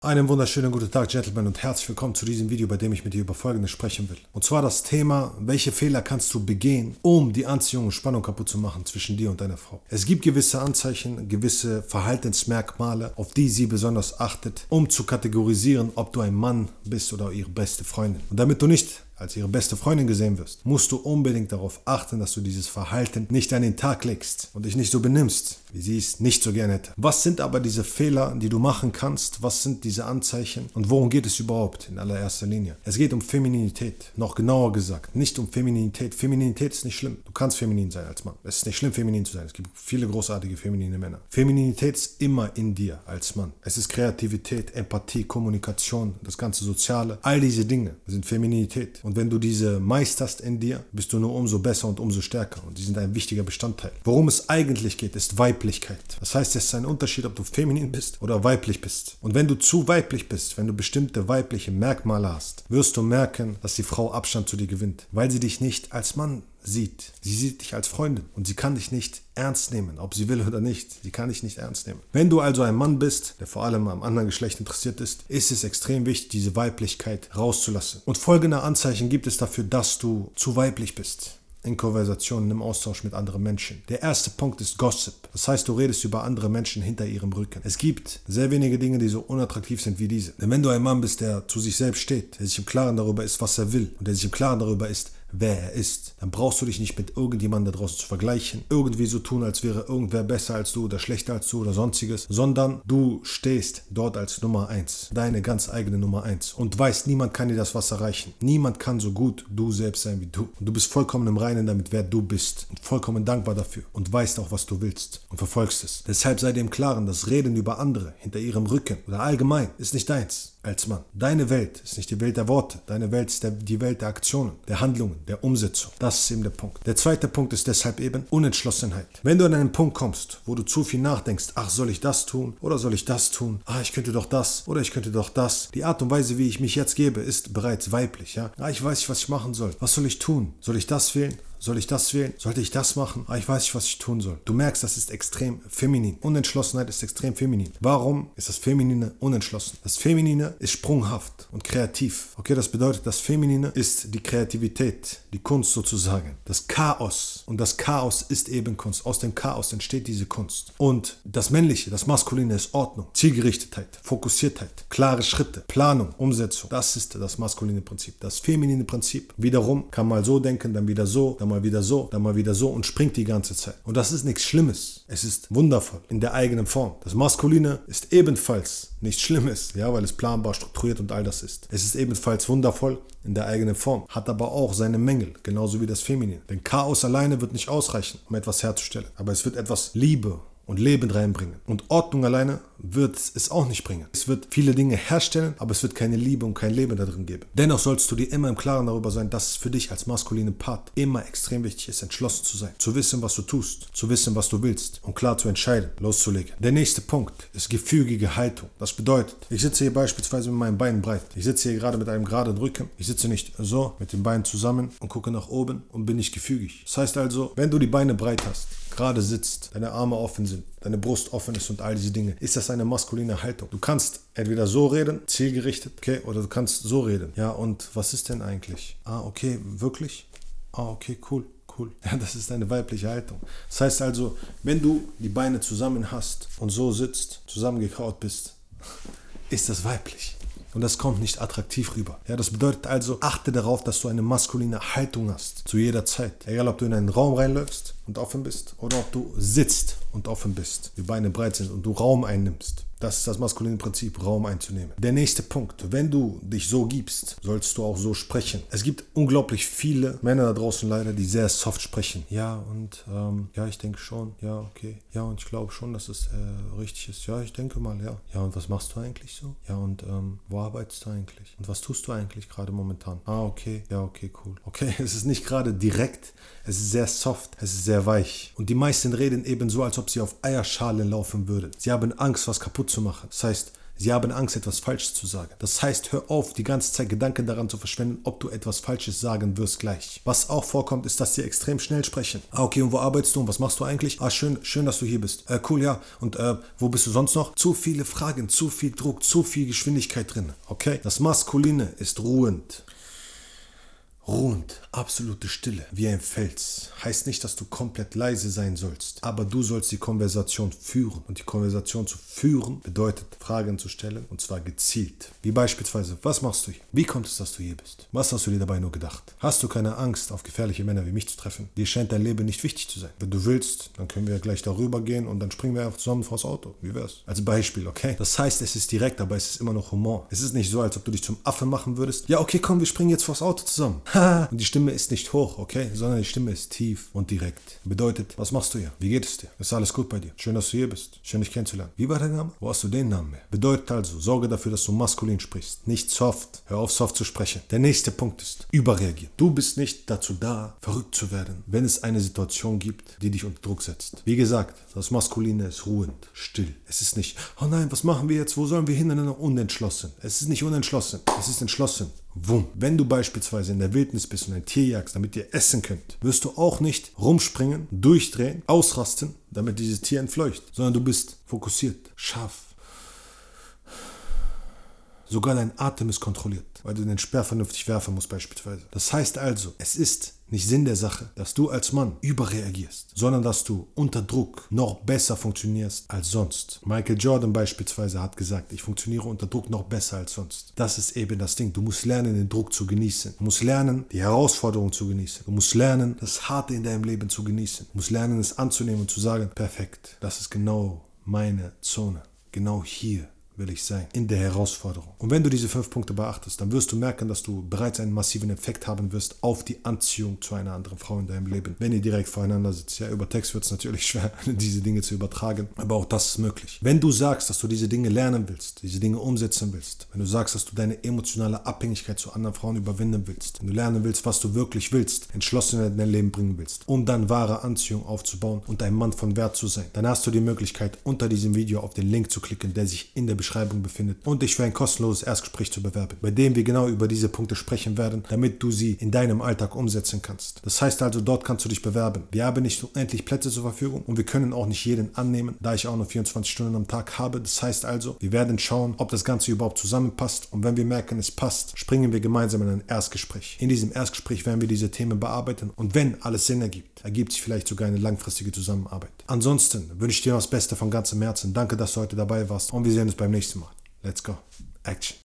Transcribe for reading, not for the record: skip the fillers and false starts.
Einen wunderschönen guten Tag, Gentlemen, und herzlich willkommen zu diesem Video, bei dem ich mit dir über Folgendes sprechen will. Und zwar das Thema, welche Fehler kannst du begehen, um die Anziehung und Spannung kaputt zu machen zwischen dir und deiner Frau. Es gibt gewisse Anzeichen, gewisse Verhaltensmerkmale, auf die sie besonders achtet, um zu kategorisieren, ob du ein Mann bist oder ihre beste Freundin. Und damit du nicht als ihre beste Freundin gesehen wirst, musst du unbedingt darauf achten, dass du dieses Verhalten nicht an den Tag legst und dich nicht so benimmst, wie sie es nicht so gerne hätte. Was sind aber diese Fehler, die du machen kannst? Was sind diese Anzeichen? Und worum geht es überhaupt in allererster Linie? Es geht um Femininität. Noch genauer gesagt, nicht um Femininität. Femininität ist nicht schlimm. Du kannst feminin sein als Mann. Es ist nicht schlimm, feminin zu sein. Es gibt viele großartige feminine Männer. Femininität ist immer in dir als Mann. Es ist Kreativität, Empathie, Kommunikation, das ganze Soziale. All diese Dinge sind Femininität. Und wenn du diese meisterst in dir, bist du nur umso besser und umso stärker. Und die sind ein wichtiger Bestandteil. Worum es eigentlich geht, ist Weiblichkeit. Das heißt, es ist ein Unterschied, ob du feminin bist oder weiblich bist. Und wenn du zu weiblich bist, wenn du bestimmte weibliche Merkmale hast, wirst du merken, dass die Frau Abstand zu dir gewinnt. Weil sie dich nicht als Mann sieht. Sie sieht dich als Freundin und sie kann dich nicht ernst nehmen, ob sie will oder nicht. Sie kann dich nicht ernst nehmen. Wenn du also ein Mann bist, der vor allem am anderen Geschlecht interessiert ist, ist es extrem wichtig, diese Weiblichkeit rauszulassen. Und folgende Anzeichen gibt es dafür, dass du zu weiblich bist. In Konversationen, im Austausch mit anderen Menschen. Der erste Punkt ist Gossip. Das heißt, du redest über andere Menschen hinter ihrem Rücken. Es gibt sehr wenige Dinge, die so unattraktiv sind wie diese. Denn wenn du ein Mann bist, der zu sich selbst steht, der sich im Klaren darüber ist, was er will und der sich im Klaren darüber ist, wer er ist, dann brauchst du dich nicht mit irgendjemandem da draußen zu vergleichen, irgendwie so tun, als wäre irgendwer besser als du oder schlechter als du oder sonstiges, sondern du stehst dort als Nummer 1, deine ganz eigene Nummer 1 und weißt, niemand kann dir das was erreichen. Niemand kann so gut du selbst sein wie du. Und du bist vollkommen im Reinen damit, wer du bist und vollkommen dankbar dafür und weißt auch, was du willst und verfolgst es. Deshalb sei dir im Klaren, das Reden über andere hinter ihrem Rücken oder allgemein ist nicht deins. Als Mann. Deine Welt ist nicht die Welt der Worte. Deine Welt ist die Welt der Aktionen, der Handlungen, der Umsetzung. Das ist eben der Punkt. Der zweite Punkt ist deshalb eben Unentschlossenheit. Wenn du an einen Punkt kommst, wo du zu viel nachdenkst, ach, soll ich das tun oder soll ich das tun? Ah, ich könnte doch das oder ich könnte doch das. Die Art und Weise, wie ich mich jetzt gebe, ist bereits weiblich. Ja? Ah, ich weiß nicht, was ich machen soll. Was soll ich tun? Soll ich das wählen? Soll ich das wählen? Sollte ich das machen? Ah, ich weiß nicht, was ich tun soll. Du merkst, das ist extrem feminin. Unentschlossenheit ist extrem feminin. Warum ist das Feminine unentschlossen? Das Feminine ist sprunghaft und kreativ. Okay, das bedeutet, das Feminine ist die Kreativität, die Kunst sozusagen. Das Chaos. Und das Chaos ist eben Kunst. Aus dem Chaos entsteht diese Kunst. Und das Männliche, das Maskuline ist Ordnung, Zielgerichtetheit, Fokussiertheit, klare Schritte, Planung, Umsetzung. Das ist das maskuline Prinzip. Das feminine Prinzip wiederum kann mal so denken, dann wieder so, dann mal wieder so, dann mal wieder so und springt die ganze Zeit. Und das ist nichts Schlimmes. Es ist wundervoll in der eigenen Form. Das Maskuline ist ebenfalls nichts Schlimmes, ja, weil es planbar, strukturiert und all das ist. Es ist ebenfalls wundervoll in der eigenen Form, hat aber auch seine Mängel, genauso wie das Feminine. Denn Chaos alleine wird nicht ausreichen, um etwas herzustellen. Aber es wird etwas Liebe und Leben reinbringen. Und Ordnung alleine wird es auch nicht bringen. Es wird viele Dinge herstellen, aber es wird keine Liebe und kein Leben da drin geben. Dennoch sollst du dir immer im Klaren darüber sein, dass es für dich als maskulinen Part immer extrem wichtig ist, entschlossen zu sein. Zu wissen, was du tust. Zu wissen, was du willst. Und klar zu entscheiden, loszulegen. Der nächste Punkt ist gefügige Haltung. Das bedeutet, ich sitze hier beispielsweise mit meinen Beinen breit. Ich sitze hier gerade mit einem geraden Rücken. Ich sitze nicht so mit den Beinen zusammen und gucke nach oben und bin nicht gefügig. Das heißt also, wenn du die Beine breit hast, gerade sitzt, deine Arme offen sind, deine Brust offen ist und all diese Dinge, ist das eine maskuline Haltung. Du kannst entweder so reden, zielgerichtet, okay, oder du kannst so reden. Ja, und was ist denn eigentlich? Ah, okay, wirklich? Ah, okay, cool. Ja, das ist eine weibliche Haltung. Das heißt also, wenn du die Beine zusammen hast und so sitzt, zusammengekaut bist, ist das weiblich. Und das kommt nicht attraktiv rüber. Ja, das bedeutet also, achte darauf, dass du eine maskuline Haltung hast. Zu jeder Zeit. Egal, ob du in einen Raum reinläufst und offen bist oder ob du sitzt und offen bist, die Beine breit sind und du Raum einnimmst. Das ist das maskuline Prinzip, Raum einzunehmen. Der nächste Punkt. Wenn du dich so gibst, sollst du auch so sprechen. Es gibt unglaublich viele Männer da draußen leider, die sehr soft sprechen. Ja, und ja, ich denke schon. Ja, okay. Ja, und ich glaube schon, dass es richtig ist. Ja, ich denke mal, ja. Ja, und was machst du eigentlich so? Ja, und wo arbeitest du eigentlich? Und was tust du eigentlich gerade momentan? Ah, okay. Ja, okay, cool. Okay, es ist nicht gerade direkt. Es ist sehr soft. Es ist sehr weich. Und die meisten reden eben so, als ob sie auf Eierschalen laufen würden. Sie haben Angst, was kaputt zu machen. Das heißt, Sie haben Angst, etwas Falsches zu sagen. Das heißt, hör auf, die ganze Zeit Gedanken daran zu verschwenden, ob du etwas Falsches sagen wirst gleich. Was auch vorkommt, ist, dass sie extrem schnell sprechen. Ah, okay, und wo arbeitest du und was machst du eigentlich? Ah, schön, dass du hier bist. Cool, ja. Und wo bist du sonst noch? Zu viele Fragen, zu viel Druck, zu viel Geschwindigkeit drin. Okay? Das Maskuline ist ruhend. Ruhend, absolute Stille, wie ein Fels. Heißt nicht, dass du komplett leise sein sollst, aber du sollst die Konversation führen. Und die Konversation zu führen bedeutet, Fragen zu stellen, und zwar gezielt. Wie beispielsweise, was machst du hier? Wie kommt es, dass du hier bist? Was hast du dir dabei nur gedacht? Hast du keine Angst, auf gefährliche Männer wie mich zu treffen? Dir scheint dein Leben nicht wichtig zu sein. Wenn du willst, dann können wir gleich darüber gehen und dann springen wir einfach zusammen vors Auto. Wie wär's? Als Beispiel, okay? Das heißt, es ist direkt, aber es ist immer noch Humor. Es ist nicht so, als ob du dich zum Affen machen würdest. Ja, okay, komm, wir springen jetzt vors Auto zusammen. Und die Stimme ist nicht hoch, okay? Sondern die Stimme ist tief und direkt. Bedeutet, was machst du hier? Wie geht es dir? Ist alles gut bei dir? Schön, dass du hier bist. Schön, dich kennenzulernen. Wie war dein Name? Wo hast du den Namen her? Bedeutet also, sorge dafür, dass du maskulin sprichst. Nicht soft. Hör auf, soft zu sprechen. Der nächste Punkt ist, überreagieren. Du bist nicht dazu da, verrückt zu werden, wenn es eine Situation gibt, die dich unter Druck setzt. Wie gesagt, das Maskuline ist ruhend, still. Es ist nicht, oh nein, was machen wir jetzt? Wo sollen wir hin? Unentschlossen. Es ist nicht unentschlossen. Es ist entschlossen. Wumm. Wenn du beispielsweise in der Wildnis bist und ein Tier jagst, damit ihr essen könnt, wirst du auch nicht rumspringen, durchdrehen, ausrasten, damit dieses Tier entfleucht, sondern du bist fokussiert, scharf. Sogar dein Atem ist kontrolliert, weil du den Speer vernünftig werfen musst beispielsweise. Das heißt also, es ist nicht Sinn der Sache, dass du als Mann überreagierst, sondern dass du unter Druck noch besser funktionierst als sonst. Michael Jordan beispielsweise hat gesagt, ich funktioniere unter Druck noch besser als sonst. Das ist eben das Ding. Du musst lernen, den Druck zu genießen. Du musst lernen, die Herausforderung zu genießen. Du musst lernen, das Harte in deinem Leben zu genießen. Du musst lernen, es anzunehmen und zu sagen, perfekt, das ist genau meine Zone. Genau hier will ich sein, in der Herausforderung. Und wenn du diese 5 Punkte beachtest, dann wirst du merken, dass du bereits einen massiven Effekt haben wirst auf die Anziehung zu einer anderen Frau in deinem Leben. Wenn ihr direkt voreinander sitzt. Ja, über Text wird es natürlich schwer, diese Dinge zu übertragen, aber auch das ist möglich. Wenn du sagst, dass du diese Dinge lernen willst, diese Dinge umsetzen willst, wenn du sagst, dass du deine emotionale Abhängigkeit zu anderen Frauen überwinden willst, wenn du lernen willst, was du wirklich willst, Entschlossenheit in dein Leben bringen willst, um dann wahre Anziehung aufzubauen und ein Mann von Wert zu sein, dann hast du die Möglichkeit, unter diesem Video auf den Link zu klicken, der sich in der Beschreibung befindet und dich für ein kostenloses Erstgespräch zu bewerben, bei dem wir genau über diese Punkte sprechen werden, damit du sie in deinem Alltag umsetzen kannst. Das heißt also, dort kannst du dich bewerben. Wir haben nicht unendlich Plätze zur Verfügung und wir können auch nicht jeden annehmen, da ich auch nur 24 Stunden am Tag habe. Das heißt also, wir werden schauen, ob das Ganze überhaupt zusammenpasst und wenn wir merken, es passt, springen wir gemeinsam in ein Erstgespräch. In diesem Erstgespräch werden wir diese Themen bearbeiten und wenn alles Sinn ergibt, ergibt sich vielleicht sogar eine langfristige Zusammenarbeit. Ansonsten wünsche ich dir das Beste von ganzem Herzen. Danke, dass du heute dabei warst und wir sehen uns beim nächsten Mal. Let's go. Action.